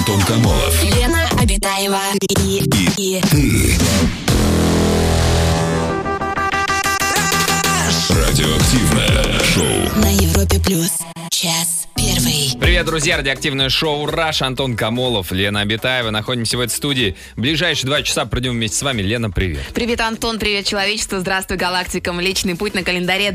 Антон Камолов, Лена Обитаева и ты. Радиоактивное шоу на Европе Плюс. Час первый. Привет, друзья! Радиоактивное шоу «Раш». Антон Камолов, Лена Обитаева. Находимся в этой студии. Ближайшие 2 часа проведем вместе с вами. Лена, привет. Привет, Антон, привет, человечество. Здравствуй, галактика. Млечный путь на календаре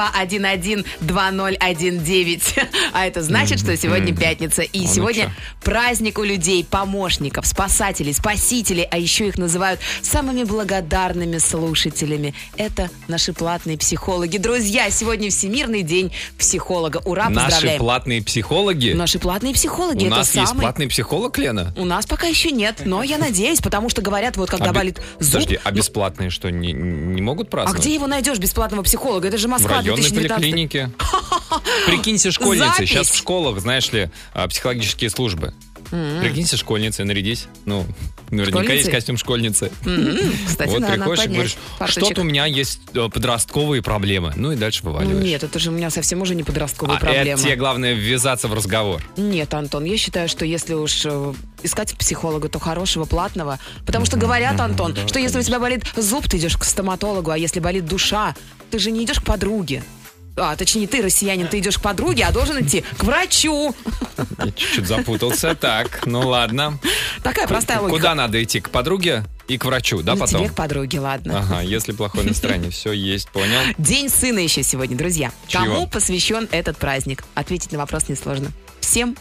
2211-2019. А это значит, что сегодня пятница. И сегодня праздник у людей, помощников, спасателей, спасителей. А еще их называют самыми благодарными слушателями. Это наши платные психологи. Друзья, сегодня Всемирный день психолога. Ура, поздравляем. Наши платные психологи? Наши платные психологи. У это нас есть самый... платный психолог, Лена? У нас пока еще нет, но я надеюсь, потому что говорят, вот когда болит зуб... Подожди, а бесплатные что, не могут А праздновать? где его найдешь, бесплатного психолога? Это же В Москва, районной 2019. поликлинике. Прикиньте, школьницы. Запись. Сейчас в школах, знаешь ли, психологические службы. Прикиньте, школьницы, нарядись. Ну, наверняка Школьницы? есть костюм школьницы. Кстати, Вот надо приходишь и поднять говоришь, фарточек. что-то у меня есть подростковые проблемы. Ну и дальше вываливаешь. Нет, это же у меня совсем уже не подростковые А проблемы. это тебе главное ввязаться в разговор. Нет, Антон, я считаю, что если уж искать психолога, то хорошего, платного. Потому что говорят, Антон, да, что если у тебя болит зуб, ты идешь к стоматологу, а если болит душа, ты же не идешь к подруге. Точнее, ты, россиянин, ты идешь к подруге, а должен идти к врачу. Я чуть-чуть запутался. Так, ну ладно. Такая простая логика. Куда надо идти? К подруге и к врачу, да, Ну, потом? тебе к подруге, ладно. Ага, если плохое настроение. Все есть, понял. День сына еще сегодня, друзья. Чьего? Кому посвящен этот праздник? Ответить на вопрос несложно. Всем.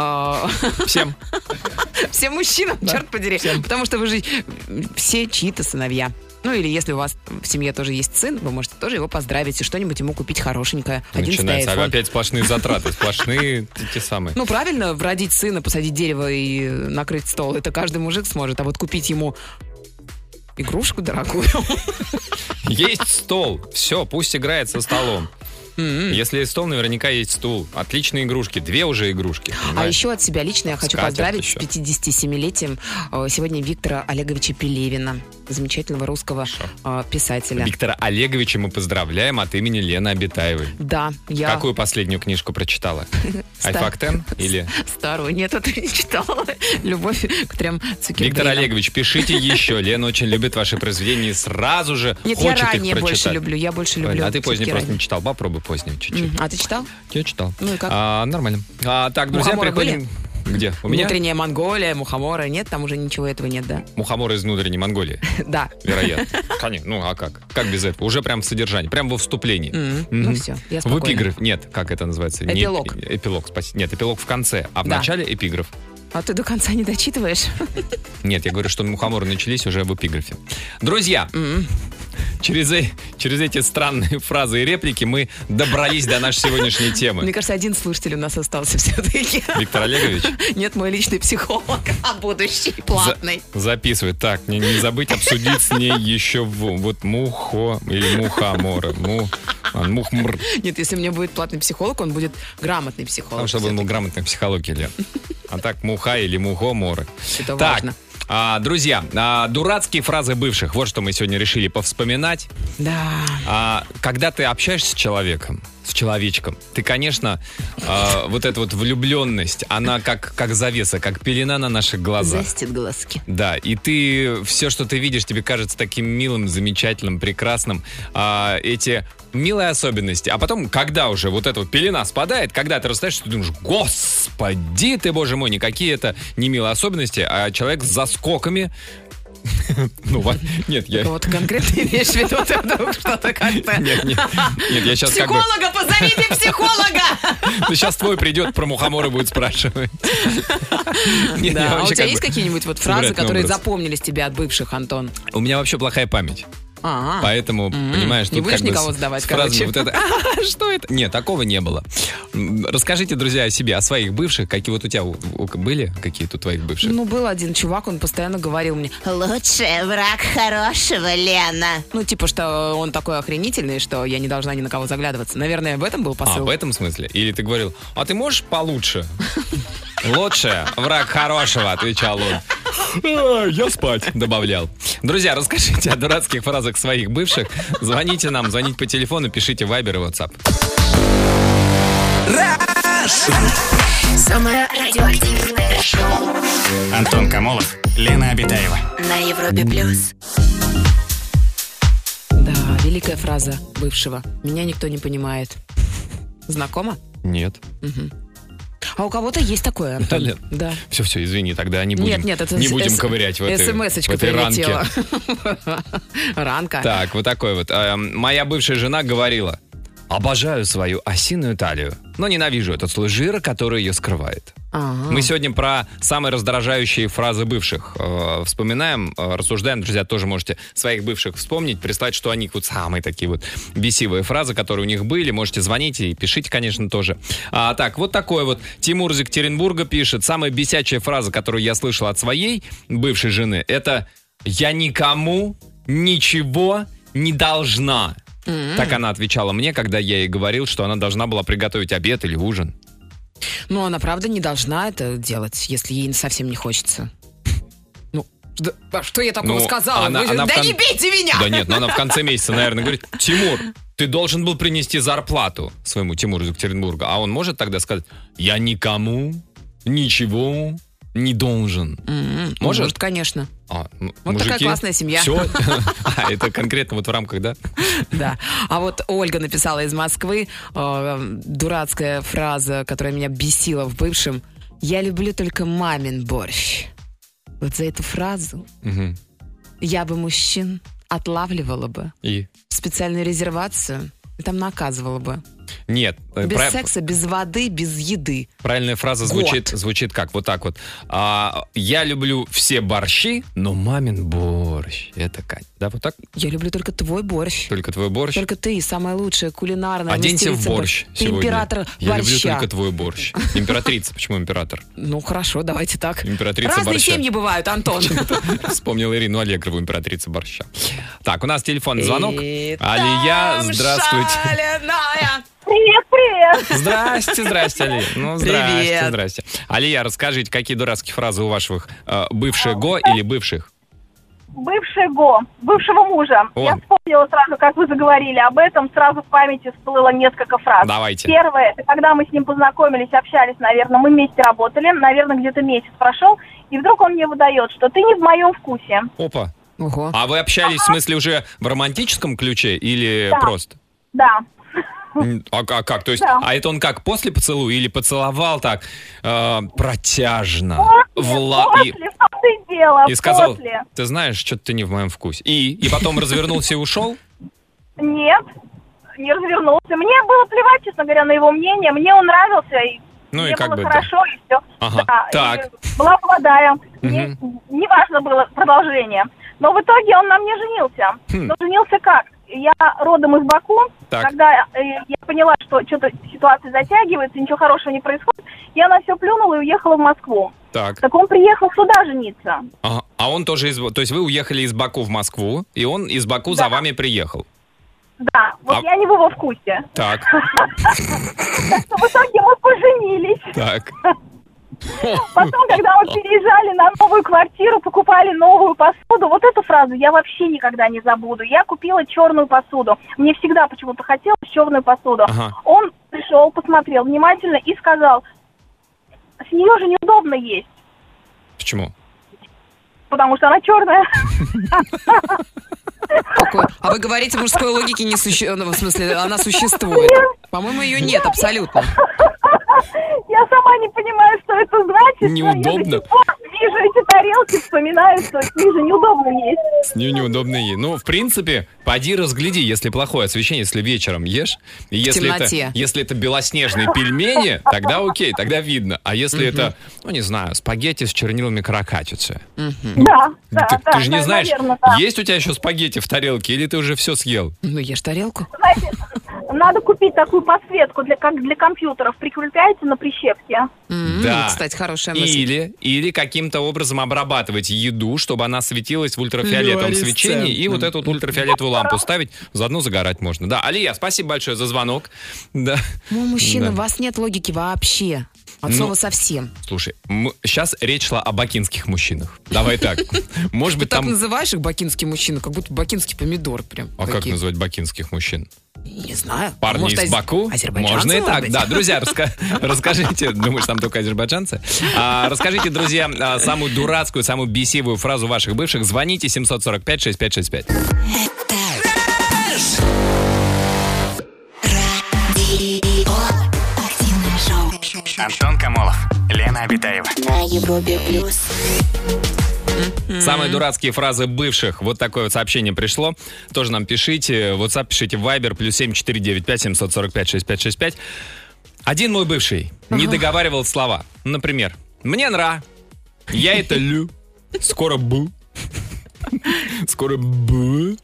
Всем. Всем мужчинам, черт подери. Потому что вы же все чьи-то сыновья. Ну, или если у вас в семье тоже есть сын, вы можете тоже его поздравить и что-нибудь ему купить хорошенькое. 11-й Начинается iPhone. опять сплошные затраты, сплошные те самые. Ну, правильно, родить сына, посадить дерево и накрыть стол, это каждый мужик сможет. А вот купить ему игрушку дорогую. Есть стол, все, пусть играет со столом. Если есть стол, наверняка есть стул. Отличные игрушки, 2 уже игрушки. А понимаешь? еще от себя лично я хочу Скатерть поздравить еще. с 57-летием сегодня Виктора Олеговича Пелевина, замечательного русского писателя. Виктора Олеговича мы поздравляем от имени Лены Обитаевой. Да, я Какую последнюю книжку прочитала? Айфактен или... старую. Нет, это не читала. Любовь к 3 Цукербрейнам. Виктор Олегович, пишите еще. Лена очень любит ваши произведения и сразу же Нет, я хочет их ранее больше прочитать. люблю. Я больше люблю. А ты позднее всё-таки просто ранее. не читал. Попробуй позднее чуть-чуть. А ты читал? Я читал. Ну и как? Нормально. Так, друзья, Мухоморы приходим... Где? У меня? Внутренняя Монголия, мухоморы. Нет, там уже ничего этого нет, да? Мухоморы из внутренней Монголии. Да. Вероятно. Конечно. Ну, а как? Как без этого? Уже прям в содержании, прям во вступлении. Ну все, я В спокойна. эпиграф. Нет, как это называется? Не Эпилог. Эпилог, спасибо. Нет, эпилог в конце, а в Да. начале эпиграф. А ты до конца не дочитываешь? Нет, я говорю, что мухоморы начались уже в эпиграфе. Друзья, через эти странные фразы и реплики мы добрались до нашей сегодняшней темы. Мне кажется, один слушатель у нас остался все-таки. Виктор Олегович? Нет, мой личный психолог, а будущий, платный. Записывай. Так, не забыть обсудить с ней еще вот мухо или мухоморы. Мухмр. Нет, если у меня будет платный психолог, он будет грамотный психолог. Потому что он был грамотной психологией, Лен. А так муха или мухоморы. Это Так, важно. друзья, дурацкие фразы бывших. Вот что мы сегодня решили повспоминать. Да. Когда ты общаешься с человеком, с человечком, ты, конечно, вот эта вот влюбленность, она как завеса, как пелена на наших глазах. Застит глазки. Да, и ты, все, что ты видишь, тебе кажется таким милым, замечательным, прекрасным. Эти милые особенности. А потом, когда уже вот эта вот пелена спадает, когда ты расстаешься, ты думаешь, господи ты, боже мой, никакие это не милые особенности, а человек с заскоками. Нет, я... Вот конкретно имеешь в виду, ты вдруг что-то как-то... Нет, я сейчас как бы... Психолога, позовите психолога! Ну, сейчас твой придет, про мухоморы будет спрашивать. Нет, я Да, а у вообще тебя как есть бы какие-нибудь вот фразы, невероятный которые образ. запомнились тебе от бывших, Антон? У меня вообще плохая память. Поэтому, понимаешь, Не тут будешь как бы никого с сдавать, фразами короче. вот это, что это? Нет, такого не было. Расскажите, друзья, о себе, о своих бывших. Какие вот у тебя были какие-то у твоих бывших? Ну, был один чувак, он постоянно говорил мне, Лучший враг хорошего, Лена. ну, типа, что он такой охренительный, что я не должна ни на кого заглядываться. Наверное, в этом был посыл. В этом смысле? Или ты говорил, а ты можешь получше? Лучше враг хорошего, отвечал он. Я спать, добавлял. Друзья, расскажите о дурацких фразах своих бывших. Звоните нам, звоните по телефону, пишите в Viber и WhatsApp. Самое радиоактивное шоу. Антон Камолов, Лена Обитаева. На Европе плюс. Да, великая фраза бывшего. Меня никто не понимает. Знакомо? Нет. А у кого-то есть такое, Антон. Нет. Да. Все, извини, тогда не будем, Нет, это не будем ковырять в СМС-очка этой ранке. прилетела. Ранка. Так, вот такой вот. Моя бывшая жена говорила: обожаю свою осиную талию, но ненавижу этот слой жира, который ее скрывает. Ага. Мы сегодня про самые раздражающие фразы бывших вспоминаем, рассуждаем. Друзья, тоже можете своих бывших вспомнить, прислать, что они вот самые такие вот бесивые фразы, которые у них были. Можете звонить и пишите, конечно, тоже. Так, вот такой вот. Тимур из Екатеринбурга пишет: самая бесячая фраза, которую я слышал от своей бывшей жены, это «я никому ничего не должна». Так она отвечала мне, когда я ей говорил, что она должна была приготовить обед или ужин. Ну, она правда не должна это делать, если ей совсем не хочется. Ну, что я такого сказала? она Да в не бейте меня! Да нет, но она в конце месяца, наверное, говорит: Тимур, ты должен был принести зарплату своему Тимуру из Екатеринбурга. А он может тогда сказать: я никому ничего не должен. Может, конечно. Вот Вот такая классная семья. Все? Это конкретно вот в рамках, да? Да. А вот Ольга написала из Москвы дурацкая фраза, которая меня бесила в бывшем: «Я люблю только мамин борщ». Вот за эту фразу я бы мужчин отлавливала бы И? в специальную резервацию и там наказывала бы. Нет. Без секса, без воды, без еды. Правильная фраза звучит как? Вот так вот. Я люблю все борщи, но мамин борщ. Это Кать. Да, вот так? Я люблю только твой борщ. Только твой борщ? Только ты, самая лучшая кулинарная Оденься в борщ сегодня. Император Я борща. люблю только твой борщ. Императрица. Почему император? Ну, хорошо, давайте так. Императрица Разные борща. семьи бывают, Антон. Вспомнил Ирину Аллегрову, императрица борща. Так, у нас телефонный звонок. И Алия, там здравствуйте. шаленая. Привет! Здрасте, Алия. Ну, Привет. здрасте. Алия, расскажите, какие дурацкие фразы у ваших бывшего или бывших? Бывшего мужа. О. Я вспомнила сразу, как вы заговорили об этом, сразу в памяти всплыло несколько фраз. Давайте. Первое, это когда мы с ним познакомились, общались, наверное, мы вместе работали, наверное, где-то месяц прошел, и вдруг он мне выдает, что ты не в моем вкусе. Опа. Ого. А вы общались, в смысле, уже в романтическом ключе или Да. просто? Да. А как? То есть, Да. а это он как, после поцелуя или поцеловал так протяжно? После, что ты дело, И сказал: после. ты знаешь, что-то ты не в моем вкусе. И потом развернулся и ушел? Нет, не развернулся. Мне было плевать, честно говоря, на его мнение. Мне он нравился, и Ну и мне как было бы, да. хорошо, и все. Ага, Да, так. и была молодая. Мне не важно было продолжение. Но в итоге он на мне женился. Но женился как? Я родом из Баку. Так. Когда я поняла, что что-то ситуация затягивается, ничего хорошего не происходит, я на все плюнула и уехала в Москву. Так. Так он приехал сюда жениться. Ага. А он тоже то есть вы уехали из Баку в Москву, и он из Баку Да. за вами приехал. Да, вот А- я не в его вкусе. Так. Так что в итоге мы поженились. Так. Потом, когда мы переезжали на новую квартиру, покупали новую посуду, вот эту фразу я вообще никогда не забуду. Я купила черную посуду. Мне всегда почему-то хотелось черную посуду. Ага. Он пришел, посмотрел внимательно и сказал: с нее же неудобно есть, Почему? потому что она черная. Какой? А вы говорите, мужской логики не существует. В смысле, она существует. По-моему, ее нет абсолютно. Я сама не понимаю, что это значит. Неудобно. Но я до сих пор вижу эти тарелки, вспоминаю, что с ней же неудобно есть. С нее неудобно есть. Ну, в принципе, поди разгляди, если плохое освещение, если вечером ешь. И темноте. если это белоснежные пельмени, тогда окей, тогда видно. А если это, ну, не знаю, спагетти с чернилами каракатицы. Да, Ты же не знаешь, наверное, да. есть у тебя еще спагетти в тарелке, или ты уже все съел? Ну, ешь тарелку. Знаете, надо купить такую подсветку, как для компьютеров. Прикрепляете на прищепке. Да. Кстати, хорошая мысль. Или каким-то образом обрабатывать еду, чтобы она светилась в ультрафиолетовом Флюоресцентным. свечении, и вот эту вот ультрафиолетовую лампу ставить, заодно загорать можно. Да, Алия, спасибо большое за звонок. Да. Мой мужчина, Да. у вас нет логики вообще. От слова совсем. Слушай, сейчас речь шла о бакинских мужчинах. Давай так. Может быть, Ты так там... называешь их бакинский мужчина, как будто бакинский помидор прям. А как называть бакинских мужчин? Не знаю. Парни Может, из Баку? азербайджанцы, Можно и может так. быть? Да, друзья, расскажите, думаешь, там только азербайджанцы? Расскажите, друзья, самую дурацкую, самую бесивую фразу ваших бывших. Звоните 745-6565. Активное шоу. Антон Камолов, Лена Обитаева. На Европе плюс. Самые дурацкие фразы бывших. Вот такое вот сообщение пришло. Тоже нам пишите. WhatsApp пишите в Viber. +7 495 745 6565. Один мой бывший не договаривал слова. Например, мне нра. Я это лю. Скоро бу. Скоро бу.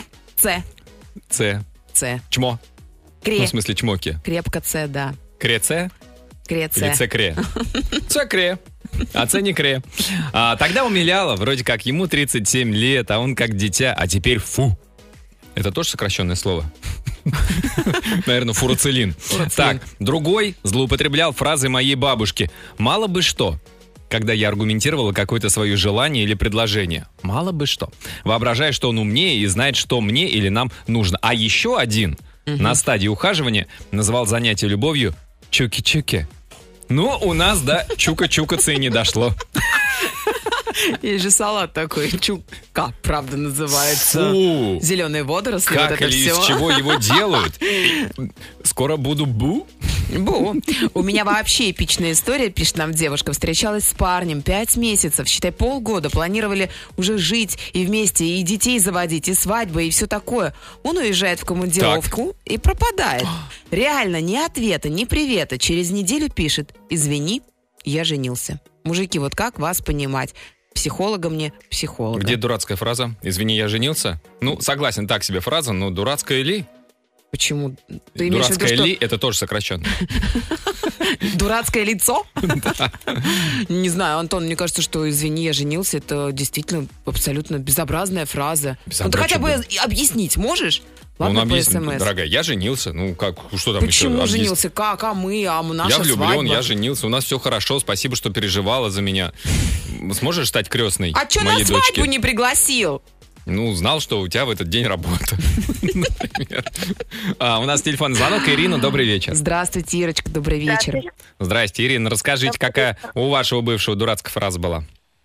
Ц. Чмо. Кре. Ну, в смысле чмоки. Крепко Ц, да. Кре-це? Креце. Или це-кре? Це-кре. А це не кре. Тогда умиляло. Вроде как ему 37 лет, а он как дитя. А теперь фу. Это тоже сокращенное слово? Наверное, фурацилин. Так, другой злоупотреблял фразой моей бабушки. Мало бы что. Когда я аргументировала какое-то свое желание или предложение. Мало бы что. Воображая, что он умнее и знает, что мне или нам нужно. А еще один на стадии ухаживания называл занятие любовью чуки-чуки. Ну, у нас до чука-чукаться и не дошло. Есть же салат такой, чука, правда, называется. Фу. Зеленые водоросли, Как вот это или все. из чего его делают? Скоро буду бу? Бу. У меня вообще эпичная история, пишет нам девушка. Встречалась с парнем 5 месяцев, считай, полгода. Планировали уже жить и вместе, и детей заводить, и свадьбы, и все такое. Он уезжает в командировку и пропадает. Реально, ни ответа, ни привета. Через неделю пишет: извини, я женился. Мужики, вот как вас понимать? Психолога мне, психолога. Где дурацкая фраза? Извини, я женился? Ну, согласен, так себе фраза, но дурацкая ли? Почему? Ты имеешь в виду, Дурацкая что ли, это тоже сокращенно. дурацкое лицо? Не знаю, Антон, мне кажется, что «извини, я женился» — это действительно абсолютно безобразная фраза. Ну ты хотя бы объяснить можешь? Ладно, Он по объяснит, СМС. дорогая, я женился. Ну, как, что там еще? Почему объяснить? женился? Как? А мы? А наша Я влюблен, свадьба? я женился, у нас все хорошо, спасибо, что переживала за меня. Сможешь стать крестной А что на моей свадьбу дочки? не пригласил? Ну, знал, что у тебя в этот день работа. Например. У нас телефонный звонок. Ирина, добрый вечер. Здравствуйте, Ирочка, добрый вечер. Здрасте, Ирина. Расскажите, какая у вашего бывшего дурацкая фраза была?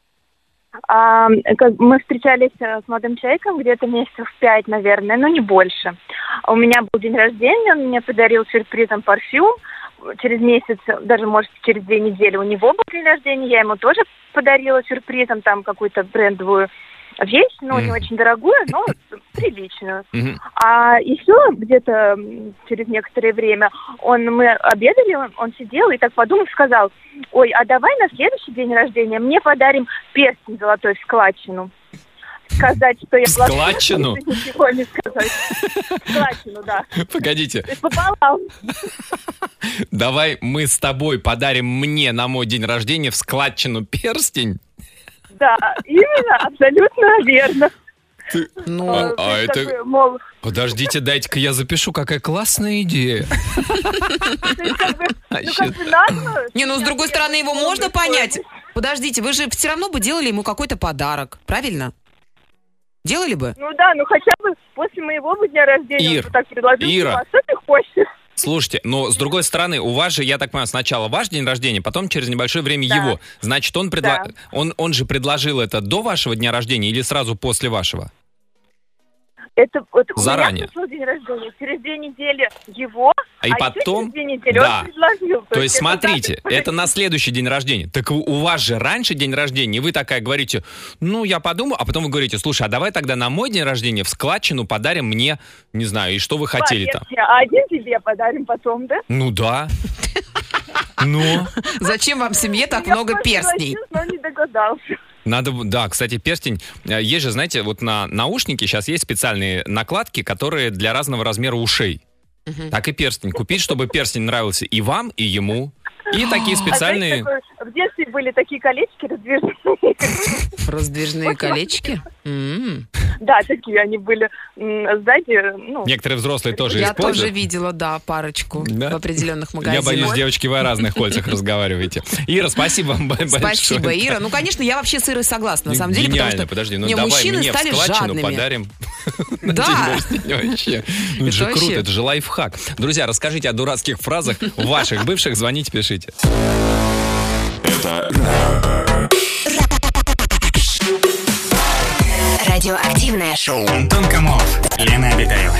Мы встречались с молодым человеком где-то месяцев 5, наверное, но не больше. У меня был день рождения, он мне подарил сюрпризом парфюм. Через месяц, даже, может, через 2 недели у него был день рождения, я ему тоже подарила сюрпризом там какую-то брендовую вещь, ну, не очень дорогую, но приличную. А еще где-то через некоторое время мы обедали, он сидел и так подумал, сказал: ой, а давай на следующий день рождения мне подарим перстень золотой в складчину. Сказать, что я была... Складчину? Ничего не сказать. Складчину, да. Погодите. То есть пополам. Давай мы с тобой подарим мне на мой день рождения в складчину перстень. Да, именно, абсолютно верно. Ну, А это... Такой, мол, Подождите, дайте-ка я запишу, какая классная идея. то есть, как бы, надо... не, ну с другой стороны, его можно понять. Подождите, вы же все равно бы делали ему какой-то подарок, правильно? Делали бы? Ну да, ну хотя бы после моего дня рождения Ир, он бы так предложил: Ира. а что ты хочешь? Слушайте, но с другой стороны, у вас же, я так понимаю, сначала ваш день рождения, потом через небольшое время Да. его. Значит, он он же предложил это до вашего дня рождения или сразу после вашего? Это вот Заранее. у меня пришел день рождения, через 2 недели его, И а потом- еще через 2 недели да. он предложил. То есть, это смотрите, так, это на следующий день рождения. Так у вас же раньше день рождения, и вы такая говорите: ну, я подумаю, а потом вы говорите: слушай, а давай тогда на мой день рождения в складчину подарим мне, не знаю, и что вы хотели там? версии, а один тебе подарим потом, да? Ну да. Ну, Зачем вам в семье так Я много просто перстней? согласилась, но не догадался. надо, да, кстати, перстень. Есть же, знаете, вот на наушники сейчас есть специальные накладки, которые для разного размера ушей. Так и перстень купить, чтобы перстень нравился и вам, и ему. И такие специальные... В детстве были такие колечки раздвижные. Раздвижные колечки? Да, такие они были сзади. Некоторые взрослые тоже Я используют. тоже видела, да, парочку Да? в определенных Я магазинах. боюсь, девочки, вы о разных кольцах разговариваете. Ира, спасибо вам большое. Спасибо, Ира. Ну, конечно, я вообще с Ирой согласна, на самом деле, Гениально, потому что подожди, ну не, давай мужчины мне в стали складчину жадными. подарим. На Да. день рождения вообще. Ну, это же вообще. круто, это же лайфхак. Друзья, расскажите о дурацких фразах ваших бывших, звоните, пишите. Радиоактивное шоу. Антон Камолов, Лена Обитаева.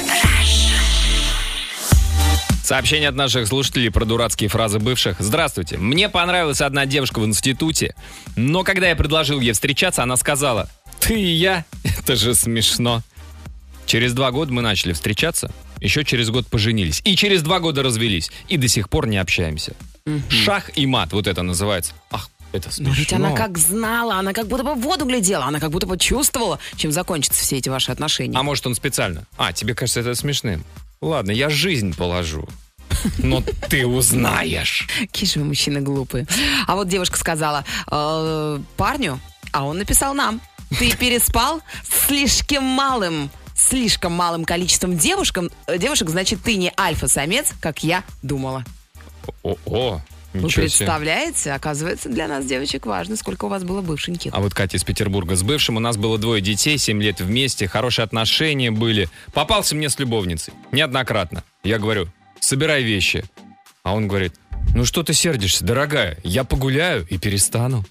Сообщение от наших слушателей про дурацкие фразы бывших. Здравствуйте. Мне понравилась одна девушка в институте, но когда я предложил ей встречаться, она сказала: «Ты и я? Это же смешно». Через 2 года мы начали встречаться, еще через год поженились, и через 2 года развелись, и до сих пор не общаемся. Шах и мат, вот это называется. Ах, это смешно. Но ведь она как знала, она как будто бы в воду глядела, она как будто бы чувствовала, чем закончатся все эти ваши отношения. А может, он специально? Тебе кажется это смешным? Ладно, я жизнь положу. Но ты узнаешь. Какие же вы мужчины глупые. А вот девушка сказала парню, а он написал нам: ты переспал с слишком малым количеством девушек, значит, ты не альфа-самец, как я думала. О, Вы ничего себе. представляете? Оказывается, для нас, девочек, важно, сколько у вас было бывшеньких. А вот Катя из Петербурга. С бывшим у нас было 2 детей, 7 лет вместе, хорошие отношения были. Попался мне с любовницей. Неоднократно. Я говорю: собирай вещи. А он говорит: ну что ты сердишься, дорогая? Я погуляю и перестану.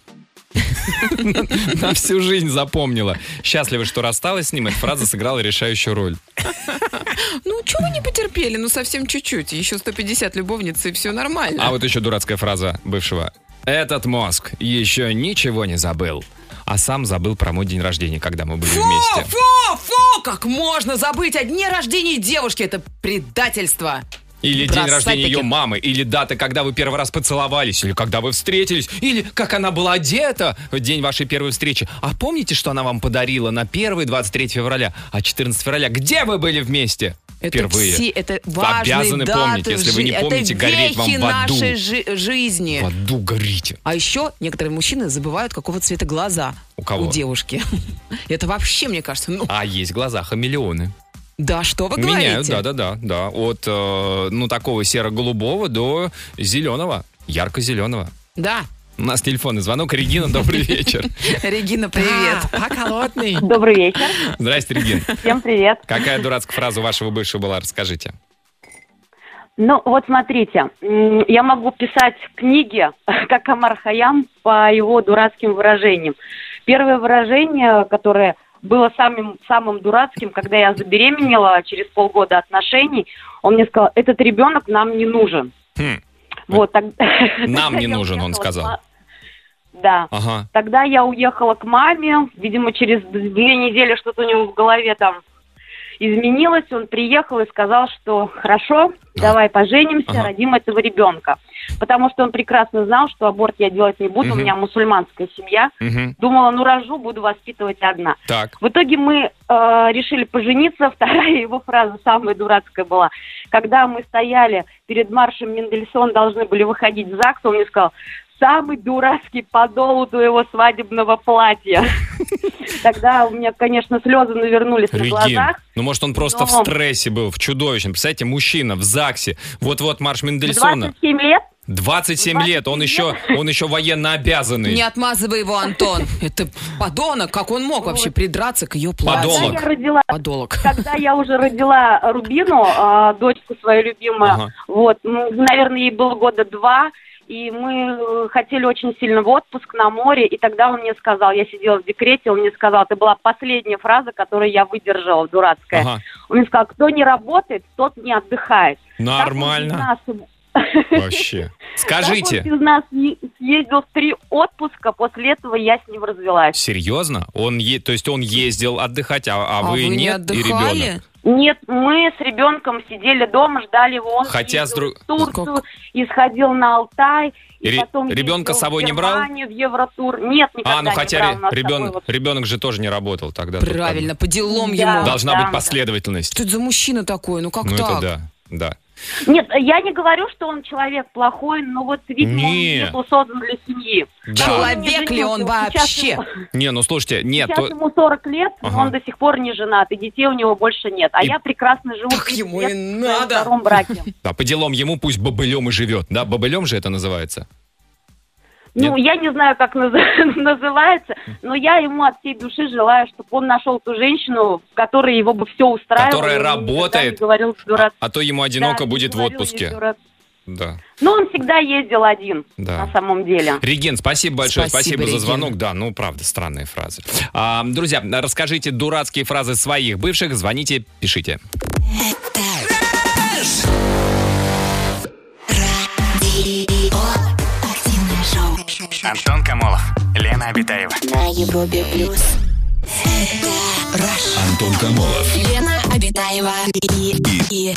На всю жизнь запомнила. Счастлива, что рассталась с ним. Эта фраза сыграла решающую роль. Ну, чего вы не потерпели? Ну, совсем чуть-чуть. Еще 150 любовниц, и все нормально. А вот еще дурацкая фраза бывшего. Этот мозг еще ничего не забыл. А сам забыл про мой день рождения, когда мы были вместе. Фу! Как можно забыть о дне рождения девушки? Это предательство. Или день Бросать рождения ее таких- мамы, или дата, когда вы первый раз поцеловались, или когда вы встретились, или как она была одета в день вашей первой встречи. А помните, что она вам подарила на 1 23 февраля, а 14 февраля? Где вы были вместе? Это Впервые. все, это Вы важные обязаны даты помнить. в Если вы не жизни. помните, это гореть вам вехи в аду. нашей жизни. В аду горите. А еще некоторые мужчины забывают, какого цвета глаза У кого? у девушки. Это вообще, мне кажется, А есть глаза хамелеоны. да, что вы Меняют, говорите? да. От такого серо-голубого до зеленого, ярко-зеленого. Да. У нас телефонный звонок. Регина, добрый вечер. Регина, привет. Холодный. Добрый вечер. Здрасте, Регин. Всем привет. Какая дурацкая фраза у вашего бывшего была? Расскажите. Ну, вот смотрите, я могу писать книги, как Омар Хайям, по его дурацким выражениям. Первое выражение, которое было самым дурацким, когда я забеременела через полгода отношений, он мне сказал: этот ребенок нам не нужен. Вот, Нам не тогда я нужен, он уехала сказал. Да. Ага. Тогда я уехала к маме, видимо, через 2 недели что-то у него в голове там изменилось. Он приехал и сказал, что хорошо, давай поженимся, родим этого ребенка. Потому что он прекрасно знал, что аборт я делать не буду, у меня мусульманская семья. Думала, рожу, буду воспитывать одна. Так. В итоге мы решили пожениться. Вторая его фраза, самая дурацкая была. Когда мы стояли перед маршем Мендельсона, должны были выходить в ЗАГС, он мне сказал: самый дурацкий подол у твоего свадебного платья. Тогда у меня, конечно, слезы навернулись на Регин, глазах. ну может он просто в стрессе был, в чудовищном. Представляете, мужчина в ЗАГСе, вот-вот марш Мендельсона. 27 лет? 27 лет, он еще военно обязанный. Не отмазывай его, Антон. Это подонок. Как он мог вообще придраться к ее платью? Подонок. Когда я родила, Подолок. когда я уже родила Рубину, дочку свою любимую, наверное, ей было 2 года, и мы хотели очень сильно в отпуск на море, и тогда он мне сказал, я сидела в декрете, он мне сказал, это была последняя фраза, которую я выдержала, дурацкая. Он мне сказал: кто не работает, тот не отдыхает. Нормально. Вообще. Скажите. Так он из нас съездил в 3 отпуска, после этого я с ним развелась. Серьезно? То есть он ездил отдыхать, а вы не нет, и ребенок? отдыхали? Нет, мы с ребенком сидели дома, ждали его. Он Хотя съездил в Турцию и сходил на Алтай. И потом ребенка с ездил собой в не брал? Германию, в Евротур. Нет, никогда не хотя брал нас с собой. ребенок же тоже не работал тогда. тут Правильно, по делам Да. ему. Должна Да. быть последовательность. Что это за мужчина такой? Ну как Ну так? это да. Нет, я не говорю, что он человек плохой, но вот, видимо, он Не. не был создан для семьи. Да. Человек ли он вообще? Не, ну слушайте, нет, Сейчас ему 40 лет, но Ага. он до сих пор не женат, и детей у него больше нет. А И- я прекрасно живу Так 30 ему лет и в надо. втором браке. да, по делам ему пусть бобылем и живет. Да, бобылем же это называется. Ну, я не знаю, как называется, но я ему от всей души желаю, чтобы он нашел ту женщину, в которой его бы все устраивало. Которая и он никогда работает. не говорил дурацкий. А то ему одиноко Да, будет в говорил отпуске. дурацкий. Да. Ну, он всегда ездил один, Да. на самом деле. Реген, спасибо большое, Спасибо, спасибо за Реген. звонок. Да, ну правда, странные фразы. Друзья, расскажите дурацкие фразы своих бывших, звоните, пишите. Активное шоу Антон Камолов, Лена Обитаева. на Европе плюс. Это Антон Камолов. Лена Обитаева и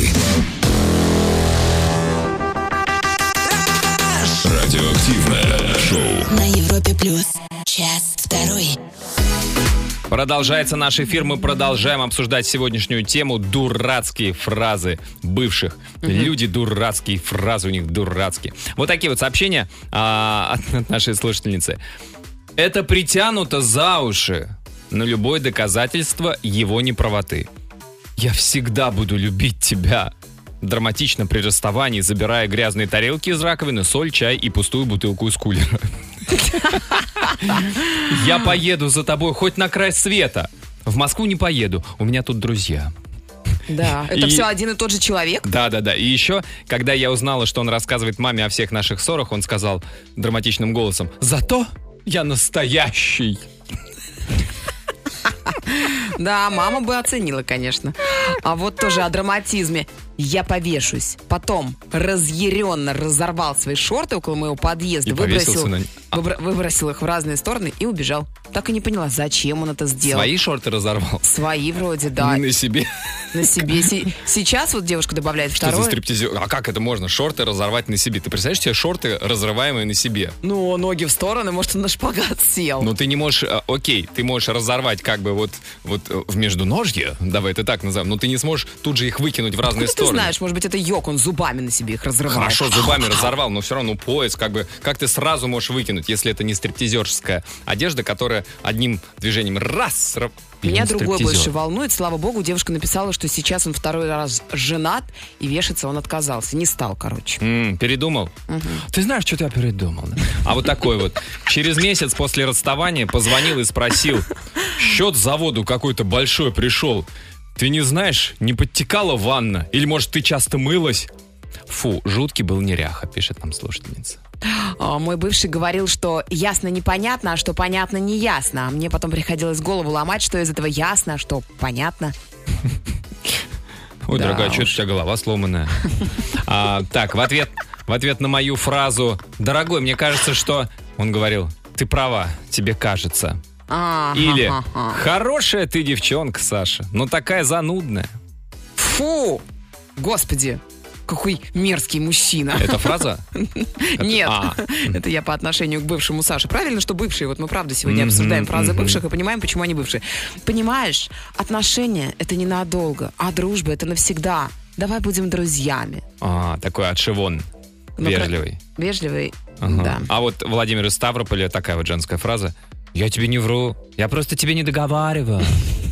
Радиоактивное шоу. на Европе плюс. Час второй. Продолжается наш эфир. Мы продолжаем обсуждать сегодняшнюю тему дурацкие фразы бывших. Люди дурацкие, фразы у них дурацкие. Вот такие вот сообщения от нашей слушательницы. Это притянуто за уши на любое доказательство его неправоты. Я всегда буду любить тебя. Драматично при расставании, забирая грязные тарелки из раковины, соль, чай и пустую бутылку из кулера. Я поеду за тобой хоть на край света. В Москву не поеду, у меня тут друзья. Да, это И- все один и тот же человек. Да-да-да. И еще, когда я узнала, что он рассказывает маме о всех наших ссорах, он сказал драматичным голосом: «Зато я настоящий». Да, мама бы оценила, конечно. А вот тоже о драматизме. Я повешусь. Потом разъяренно разорвал свои шорты около моего подъезда, И повесился на- выбросил их в разные стороны и убежал. Так и не поняла, зачем он это сделал. Свои шорты разорвал. Свои вроде, да. На себе. На себе. Сейчас вот девушка добавляет Что за второе. стриптизер? А как это можно? Шорты разорвать на себе. Ты представляешь себе шорты, разрываемые на себе? Ну, ноги в стороны, может, он на шпагат сел. Но ты не можешь, окей, ты можешь разорвать как бы вот в междуножье, давай это так назовем, но ты не сможешь тут же их выкинуть в разные Откуда ты стороны. знаешь, может быть, это йог, он зубами на себе их разрывает. Хорошо, зубами разорвал, но все равно пояс, как ты сразу можешь выкинуть, если это не стриптизерская одежда, которая одним движением раз... Меня Он другое стриптизер. больше волнует. Слава богу, девушка написала, что сейчас он второй раз женат, и вешаться он отказался. Не стал, короче. Передумал? Ты знаешь, что-то я передумал. Да? А вот такой вот. Через месяц после расставания позвонил и спросил: счет за воду какой-то большой пришел. Ты не знаешь, не подтекала ванна? Или, может, ты часто мылась? Фу, жуткий был неряха, пишет нам слушательница. Мой бывший говорил, что ясно непонятно, а что понятно не ясно. А мне потом приходилось голову ломать, что из этого ясно, а что понятно. Ой, Да дорогая, что у уж. тебя голова сломанная? Так, в ответ на мою фразу: дорогой, мне кажется, что... Он говорил: ты права, тебе кажется. Или: хорошая ты девчонка, Саша, но такая занудная. Фу! Господи, какой мерзкий мужчина. Это фраза? Нет, А. это я по отношению к бывшему Саше. Правильно, что бывшие, вот мы правда сегодня обсуждаем фразы бывших и понимаем, почему они бывшие. Понимаешь, отношения — это ненадолго, а дружба — это навсегда. Давай будем друзьями. Такой отшивон. Ну, Вежливый. Вежливый, Ага. да. А вот Владимир из Ставрополя, такая вот женская фраза: я тебе не вру, я просто тебе не договариваю.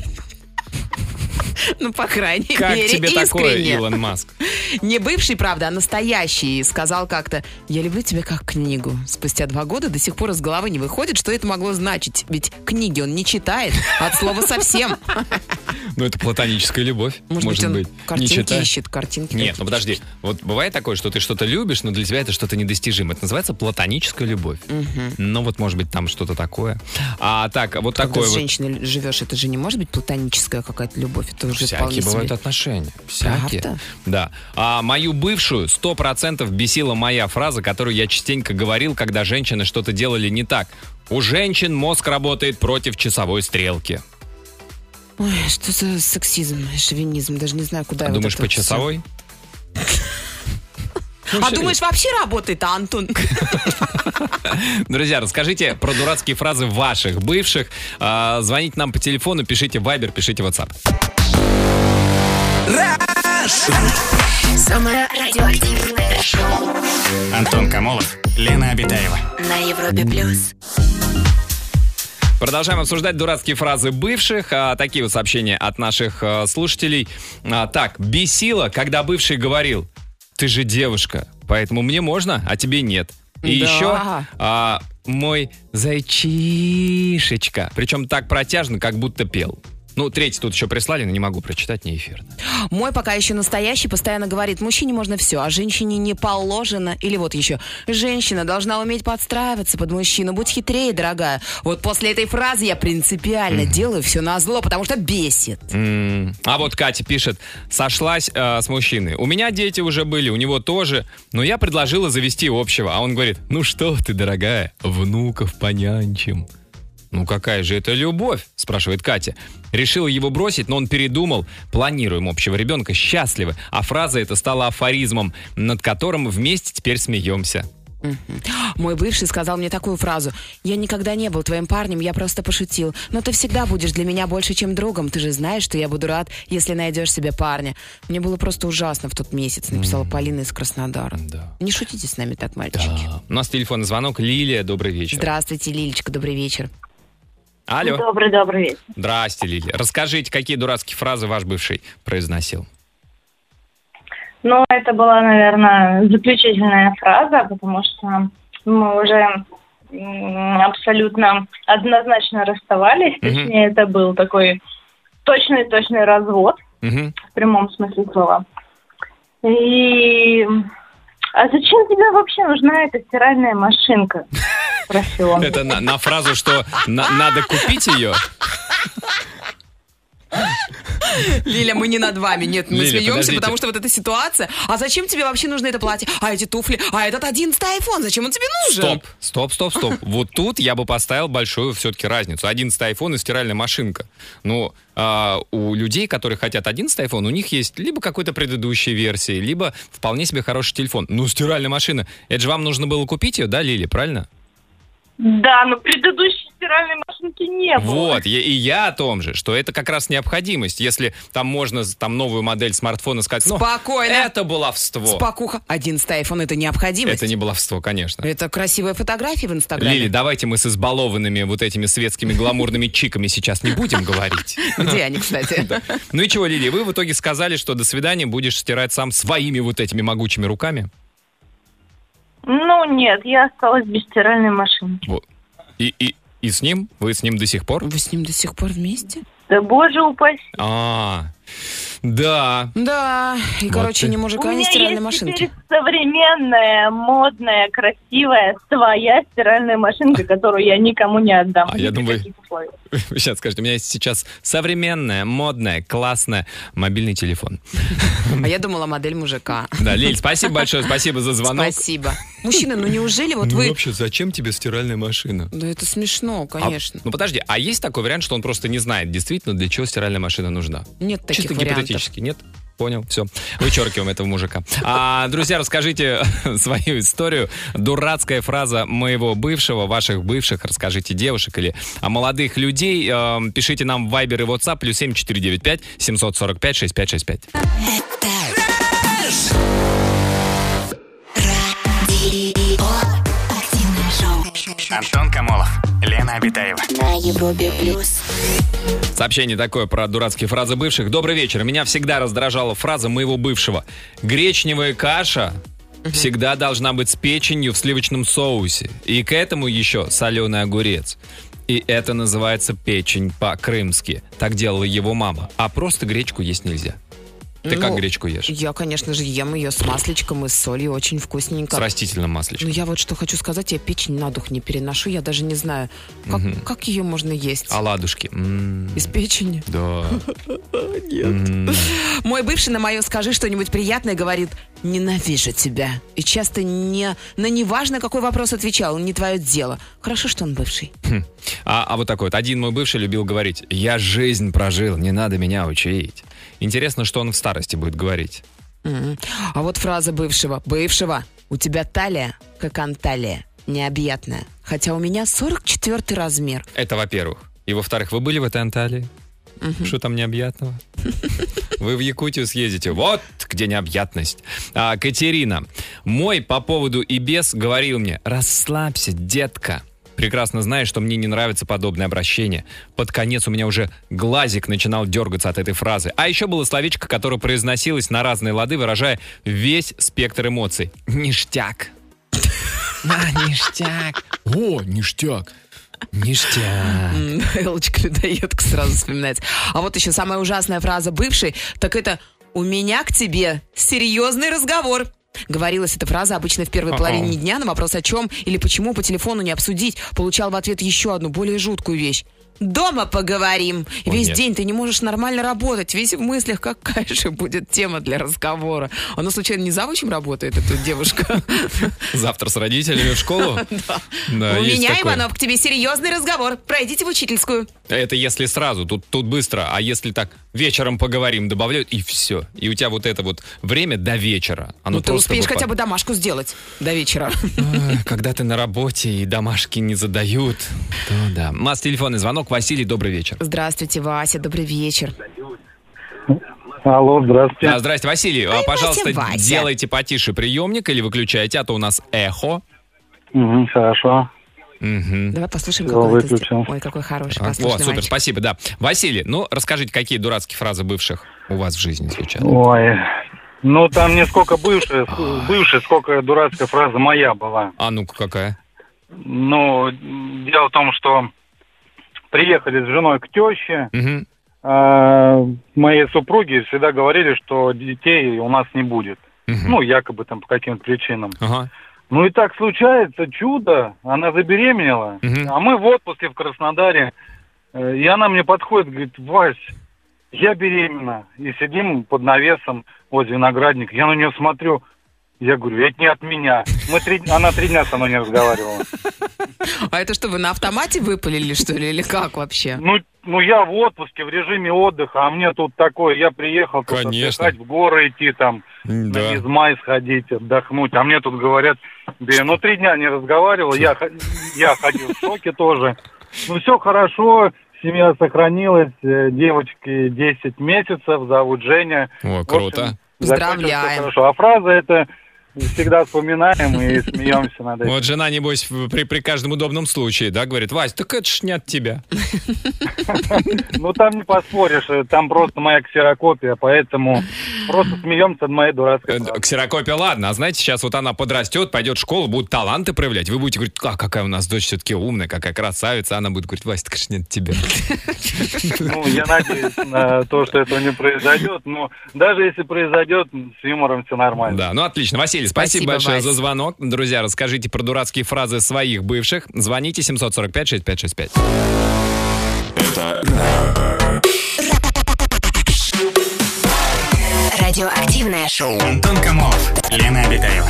Ну, по крайней Как мере, тебе такое, искренне. Илон Маск? Не бывший, правда, а настоящий. Сказал как-то: я люблю тебя как книгу. Спустя 2 года до сих пор из головы не выходит, что это могло значить. Ведь книги он не читает от слова совсем. Ну, это платоническая любовь. Может быть, он Не картинки читай. ищет, картинки. Нет, ну подожди. Вот бывает такое, что ты что-то любишь, но для тебя это что-то недостижимое. Это называется платоническая любовь. Ну вот, может быть, там что-то такое. Так, вот Когда такое с вот. женщиной живешь, это же не может быть платоническая какая-то любовь. Это уже вполне Всякие бывают себе. отношения. Всякие. Правда? Да. А мою бывшую 100% бесила моя фраза, которую я частенько говорил, когда женщины что-то делали не так. У женщин мозг работает против часовой стрелки. Ой, что за сексизм, шовинизм, даже не знаю, куда А вот думаешь, это по всё. часовой? А думаешь, вообще работает, Антон? Друзья, расскажите про дурацкие фразы ваших бывших. Звоните нам по телефону, пишите в Viber, пишите в WhatsApp. Самое радиоактивное шоу Антон Камолов, Лена Обитаева. на Европе плюс. Продолжаем обсуждать дурацкие фразы бывших. Такие вот сообщения от наших слушателей. Так, бесило, когда бывший говорил: ты же девушка, поэтому мне можно, а тебе нет. И Да. еще мой зайчишечка. Причем так протяжно, как будто пел. Ну, третий тут еще прислали, но не могу прочитать, не эфирно. Мой пока еще настоящий постоянно говорит: мужчине можно все, а женщине не положено. Или вот еще: женщина должна уметь подстраиваться под мужчину. Будь хитрее, дорогая. Вот после этой фразы я принципиально делаю все назло, потому что бесит. А вот Катя пишет: сошлась с мужчиной. У меня дети уже были, у него тоже, но я предложила завести общего. А он говорит: ну что ты, дорогая, внуков понянчим. Ну какая же это любовь, спрашивает Катя. Решила его бросить, но он передумал. Планируем общего ребенка, счастливы. А фраза эта стала афоризмом, над которым вместе теперь смеемся. Мой бывший сказал мне такую фразу: я никогда не был твоим парнем, я просто пошутил. Но ты всегда будешь для меня больше, чем другом. Ты же знаешь, что я буду рад, если найдешь себе парня. Мне было просто ужасно в тот месяц, написала Полина из Краснодара. Да. Не шутите с нами так, мальчики. У нас телефонный звонок. Лилия, добрый вечер. Здравствуйте, Лилечка, добрый вечер. Алло. Добрый вечер. Здрасте, Лилия. Расскажите, какие дурацкие фразы ваш бывший произносил? Ну, это была, наверное, заключительная фраза, потому что мы уже абсолютно однозначно расставались. Точнее, это был такой точный развод, Мгм. в прямом смысле слова. И... А зачем тебе вообще нужна эта стиральная машинка? Спросил он. Это на фразу, что надо купить ее? Лиля, мы не над вами. Нет, мы Лиля, смеемся, подождите. потому что вот эта ситуация. А зачем тебе вообще нужно это платье? А эти туфли? А этот 11-й айфон? Зачем он тебе нужен? Стоп. Вот тут я бы поставил большую все-таки разницу. 11-й iPhone и стиральная машинка. Ну, у людей, которые хотят 11-й iPhone, у них есть либо какой-то предыдущей версии, либо вполне себе хороший телефон. Ну, стиральная машина. Это же вам нужно было купить ее, да, Лили, правильно? Да, но предыдущей стиральной машинки не было. Вот, и я о том же, что это как раз необходимость. Если там можно там новую модель смартфона сказать, ну, Спокойно. это баловство. Спокуха. 11-й айфон — это необходимость. Это не баловство, конечно. Это красивая фотография в Инстаграме. Лили, давайте мы с избалованными вот этими светскими гламурными чиками сейчас не будем говорить. Где они, кстати? Ну и чего, Лили, вы в итоге сказали, что до свидания будешь стирать сам своими вот этими могучими руками? Ну, нет, я осталась без стиральной машинки. Вот. И с ним? Вы с ним до сих пор? Вы с ним до сих пор вместе? Да боже упаси. Да. Да. И, Вот короче, ты. ни У мужика, ни меня стиральной есть машинки. теперь современная, модная, красивая, своя стиральная машинка, которую я никому не отдам. А я Ни при думаю- каких условиях. Вы сейчас скажете, у меня есть сейчас современная, модная, классная мобильный телефон. А я думала, модель мужика. Да, Лиль, спасибо большое, спасибо за звонок. Спасибо. Мужчина, ну неужели вот Ну вы... вообще, зачем тебе стиральная машина? Да это смешно, конечно. Ну подожди, а есть такой вариант, что он просто не знает действительно, для чего стиральная машина нужна? Нет таких Чисто вариантов. гипотетически, нет? Понял, все. Вычеркиваем этого мужика. Друзья, расскажите свою историю. Дурацкая фраза моего бывшего, ваших бывших, расскажите девушек или молодых людей. Пишите нам в Viber и WhatsApp +7 495 745 6565. Радио активное шоу Антон Камолов, Лена Обитаева. на Европе плюс. Сообщение такое про дурацкие фразы бывших. Добрый вечер. Меня всегда раздражала фраза моего бывшего. Гречневая каша всегда должна быть с печенью в сливочном соусе. И к этому еще соленый огурец. И это называется печень по-крымски. Так делала его мама. А просто гречку есть нельзя. Ты как Ну, гречку ешь? Я, конечно же, ем ее с масличком и с солью, очень вкусненько. С растительным Ну, масличком. я вот что хочу сказать, я печень на дух не переношу, я даже не знаю, как ее можно есть. Оладушки. Из печени? Да. Мой бывший на мое «скажи что-нибудь приятное» говорит: ненавижу тебя. И часто на неважно какой вопрос отвечал, не твое дело. Хорошо, что он бывший. А вот такой вот. Один мой бывший любил говорить: я жизнь прожил, не надо меня учить. Интересно, что он в старости будет говорить. А вот фраза бывшего: у тебя талия, как анталия, необъятная. Хотя у меня 44 размер. Это во-первых. И во-вторых, вы были в этой Анталии? Что там необъятного? Вы в Якутию съездите. Вот ласк, где необъятность. Катерина. Мой по поводу и без говорил мне: расслабься, детка. Прекрасно знаешь, что мне не нравится подобное обращение. Под конец у меня уже глазик начинал дергаться от этой фразы. А еще было словечко, которое произносилось на разные лады, выражая весь спектр эмоций. Ништяк. Ништяк. О, ништяк. Ништяк. Элочка-людоедка сразу вспоминается. А вот еще самая ужасная фраза бывшей, так это «У меня к тебе серьезный разговор». Говорилась эта фраза обычно в первой половине дня на вопрос о чем или почему по телефону не обсудить. Получал в ответ еще одну, более жуткую вещь. Дома поговорим. Весь день ты не можешь нормально работать. Весь в мыслях, какая же будет тема для разговора. Она, случайно, не завучем работает, эта девушка? Завтра с родителями в школу? Да. У меня, Иванов, к тебе серьезный разговор. Пройдите в учительскую. Это если сразу, тут быстро. А если так, вечером поговорим, добавляют, и все. И у тебя вот это вот время до вечера. Ну, ты успеешь хотя бы домашку сделать до вечера. Когда ты на работе и домашки не задают, то да. У нас телефонный звонок. Василий, добрый вечер. Здравствуйте, Вася, добрый вечер. Алло, здравствуйте. Здравствуйте, Василий. Пожалуйста, Вася. делайте потише приемник или выключайте, а то у нас эхо. Хорошо. Давай послушаем, Всё, какой это выключил. Ой, какой хороший, Вот, послушный супер, мальчик. спасибо, да. Василий, ну, расскажите, какие дурацкие фразы бывших у вас в жизни звучат? Ой, ну там не сколько бывшая, сколько дурацкая фраза моя была. А ну-ка, какая? Ну, дело в том, что приехали с женой к теще, моей супруге всегда говорили, что детей у нас не будет. Ну, якобы там по каким-то причинам. Ага. Ну и так случается, чудо, она забеременела, а мы в отпуске в Краснодаре, и она мне подходит, говорит: Вась, я беременна, и сидим под навесом возле виноградника, я на нее смотрю, я говорю: это не от меня. Она 3 дня со мной не разговаривала. А это что, вы на автомате выпалили, что ли, или как вообще? Ну, я в отпуске, в режиме отдыха, а мне тут такое, я приехал тут отдыхать, в горы идти, там, на Измай сходить, отдохнуть, а мне тут говорят: ну, 3 дня не разговаривал, я ходил в шоке тоже. Ну, все хорошо, семья сохранилась, девочке 10 месяцев, зовут Женя. О, круто. Поздравляем. Хорошо. А фраза это всегда вспоминаем и смеемся над этим. Вот жена, небось, при каждом удобном случае, да, говорит: Вась, так это ж не от тебя. Ну, там не поспоришь, там просто моя ксерокопия, поэтому просто смеемся над моей дурацкой фразой. Ксерокопия, ладно, а знаете, сейчас вот она подрастет, пойдет в школу, будут таланты проявлять, вы будете говорить: какая у нас дочь все-таки умная, какая красавица, она будет говорить: Вась, так ж не от тебя. Ну, я надеюсь на то, что этого не произойдет, но даже если произойдет, с юмором все нормально. Да, ну отлично. Василий, спасибо большое, Вась, за звонок. Друзья, расскажите про дурацкие фразы своих бывших. Звоните 745-6565. Радиоактивное шоу. Антон Камолов, Лена Обитаева.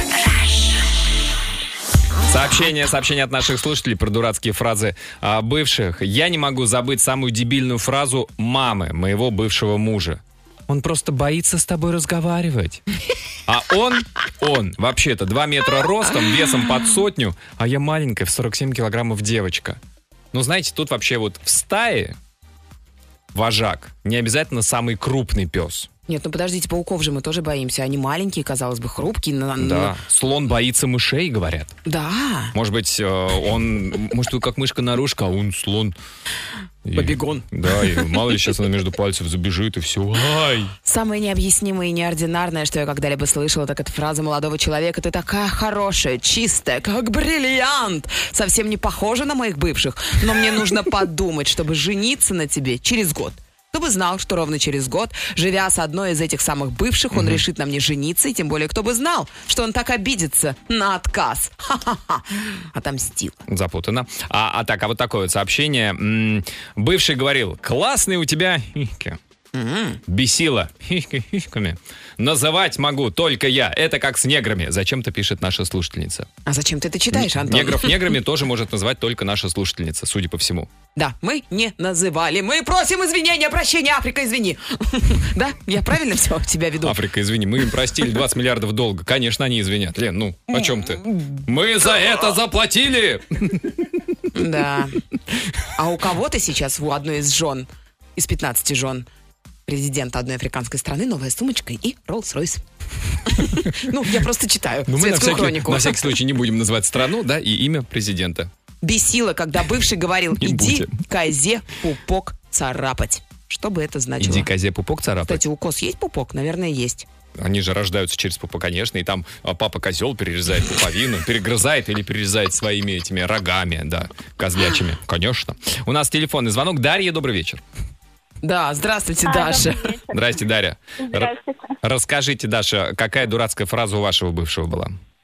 Сообщение от наших слушателей про дурацкие фразы бывших. Я не могу забыть самую дебильную фразу мамы моего бывшего мужа. Он просто боится с тобой разговаривать. А он вообще-то 2 метра ростом, весом под 100, а я маленькая, в 47 килограммов девочка. Ну, знаете, тут вообще вот в стае вожак не обязательно самый крупный пес. Нет, ну подождите, пауков же мы тоже боимся. Они маленькие, казалось бы, хрупкие. Да, слон боится мышей, говорят. Да. Может быть, он как мышка-нарушка, а он слон. Побегон. Да, и мало ли сейчас она между пальцев забежит, и все. Ай! Самое необъяснимое и неординарное, что я когда-либо слышала, так это фраза молодого человека: ты такая хорошая, чистая, как бриллиант. Совсем не похожа на моих бывших, но мне нужно подумать, чтобы жениться на тебе через год. Кто бы знал, что ровно через год, живя с одной из этих самых бывших, он решит на мне жениться, и тем более кто бы знал, что он так обидится на отказ. Ха-ха-ха. Отомстил. Запутано. А вот такое вот сообщение. Бывший говорил: классный у тебя хихи. Бесило хихиками. Называть могу только я. Это как с неграми. Зачем-то пишет наша слушательница. А зачем ты это читаешь, Антон? Негров неграми тоже может назвать только наша слушательница, судя по всему. Да, мы не называли. Мы просим извинения, прощения. Африка, извини. Да, я правильно все тебя веду? Африка, извини, мы им простили 20 миллиардов долга. Конечно, они извинят. Лен, ну, о чем ты? Мы за это заплатили! Да. А у кого-то сейчас, у одной из жен, из 15 жен, президента одной африканской страны новая сумочка и Rolls-Royce. Ну, я просто читаю мы светскую хронику. на всякий случай не будем называть страну, да, и имя президента. Бесило, когда бывший говорил: иди козе пупок царапать. Что бы это значило? Иди козе пупок царапать. Кстати, у коз есть пупок? Наверное, есть. Они же рождаются через пупок, конечно, и там папа-козел перерезает пуповину, перегрызает или перерезает своими этими рогами, да, козлячими, конечно. У нас телефонный звонок. Дарья, добрый вечер. Да, здравствуйте, Даша. Здрасте, Дарья. Здравствуйте. Расскажите, Даша, какая дурацкая фраза у вашего бывшего была?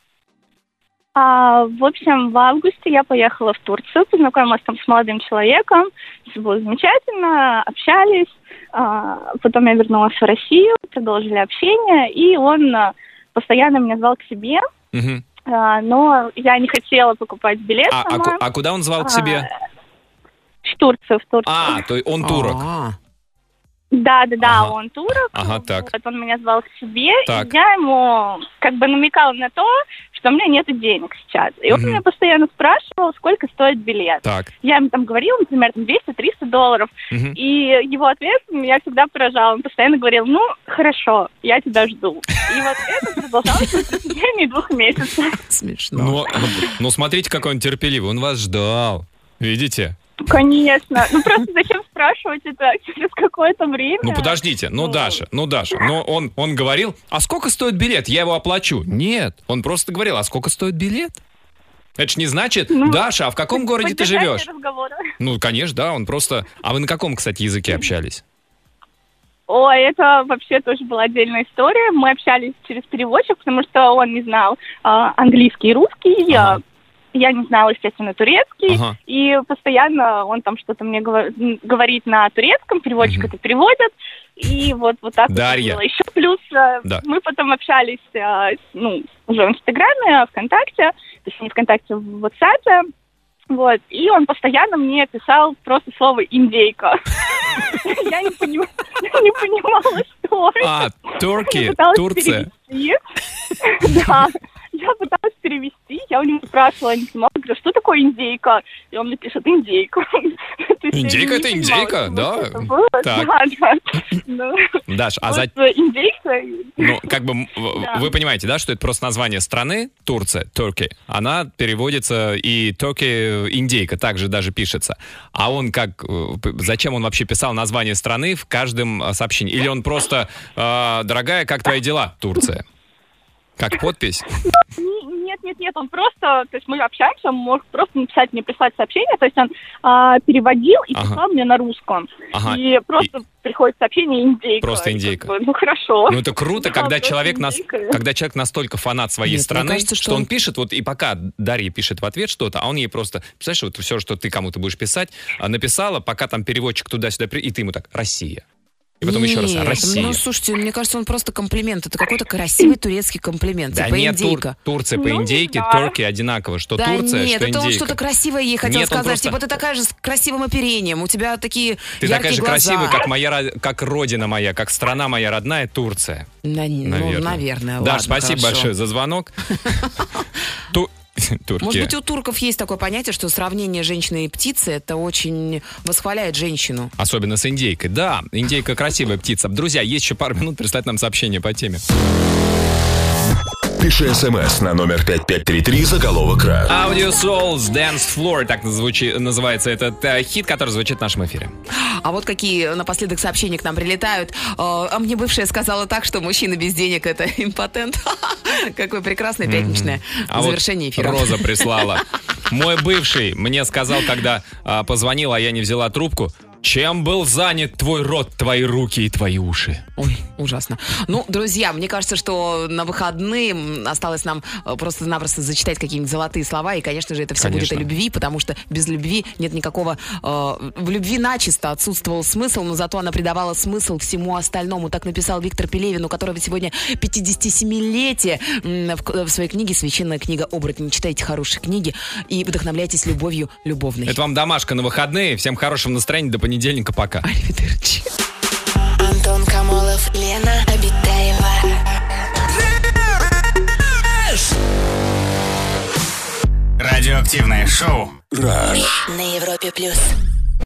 В общем, в августе я поехала в Турцию, познакомилась там с молодым человеком, все было замечательно, общались, потом я вернулась в Россию, продолжили общение, и он постоянно меня звал к себе, но я не хотела покупать билет сама. А куда он звал к себе? В Турцию. То есть он турок. Да, он турок. Так. Вот он меня звал к себе, Так. и я ему как бы намекала на то, что у меня нет денег сейчас. И он меня постоянно спрашивал, сколько стоит билет. Так. Я ему там говорила, например, $200-300. И его ответ меня всегда поражал. Он постоянно говорил: ну, хорошо, я тебя жду. И вот это продолжалось в течение 2 месяцев. Смешно. Но смотрите, какой он терпеливый. Он вас ждал. Видите? Конечно. Ну, просто зачем спрашивать это через какое-то время? Ну, подождите. Даша. Но он говорил: а сколько стоит билет? Я его оплачу. Нет. Он просто говорил: а сколько стоит билет? Это ж не значит: Даша, а в каком городе ты живешь? Разговора. Ну, конечно, да. Он просто... А вы на каком, кстати, языке общались? Ой, это вообще тоже была отдельная история. Мы общались через переводчик, потому что он не знал английский и русский. Я не знала, естественно, турецкий, и постоянно он там что-то мне говорит на турецком, переводчик это переводит, и вот так Дарья. вот было. Еще плюс мы потом общались, уже в Инстаграме, ВКонтакте, то есть не ВКонтакте, в WhatsApp, вот, и он постоянно мне писал просто слово «индейка». Я не понимала, что это. Турция. Да. Я пыталась перевести, я у него спрашивала, я не понимала, говорю: что такое индейка? И он мне пишет: индейка. Индейка — это индейка, да? Так. Да. Даш, индейка... Ну, как бы, вы понимаете, да, что это просто название страны, Турция, Turkey. Она переводится, и Turkey, индейка, также даже пишется. А он зачем он вообще писал название страны в каждом сообщении? Или он просто: дорогая, как твои дела, Турция? Как подпись? Нет, он просто, то есть мы общаемся, он может просто написать мне, прислать сообщение, то есть он переводил и писал мне на русском. И просто приходит сообщение «индейка». Просто индейка. Ну, хорошо. Ну, это круто, когда человек настолько фанат своей страны, кажется, что он пишет, вот и пока Дарья пишет в ответ что-то, а он ей просто, представляешь, вот все, что ты кому-то будешь писать, написала, пока там переводчик туда-сюда, и ты ему так: «Россия». И потом еще раз: Россия. Ну, слушайте, мне кажется, он просто комплимент. Это какой-то красивый турецкий комплимент. Да типа нет, индейка. Турция по индейке, Turkey одинаково. Что да Турция, нет, что это индейка. он что-то красивое ей хотел Нет, сказать. просто... Типа ты такая же с красивым оперением, у тебя такие ты яркие такая же глаза. красивая, как родина моя, как страна моя родная, Турция. Наверное. Да, ладно, спасибо хорошо. большое за звонок. Может быть, у турков есть такое понятие, что сравнение женщины и птицы — это очень восхваляет женщину. Особенно с индейкой. Да, индейка красивая птица. Друзья, есть еще пару минут прислать нам сообщение по теме. Пиши смс на номер 5533, заголовок «Рад». Audio Souls Dance Floor, так называется этот хит, который звучит в нашем эфире. А вот какие напоследок сообщения к нам прилетают. А мне бывшая сказала так, что мужчина без денег — это импотент. Какое прекрасное пятничное завершение эфира. Роза прислала. Мой бывший мне сказал, когда позвонил, а я не взяла трубку: чем был занят твой рот, твои руки и твои уши? Ой, ужасно. Ну, друзья, мне кажется, что на выходные осталось нам просто-напросто зачитать какие-нибудь золотые слова. И, конечно же, это все будет о любви, потому что без любви нет никакого... в любви начисто отсутствовал смысл, но зато она придавала смысл всему остальному. Так написал Виктор Пелевин, у которого сегодня 57-летие. В своей книге «Священная книга оборотней». Читайте хорошие книги и вдохновляйтесь любовью любовной. Это вам домашка на выходные. Всем хорошего настроения. До понедельника. Пока. Аривидерчи. Антон Камолов, Лена Обитаева. Радиоактивное шоу. Раш. На Европе+.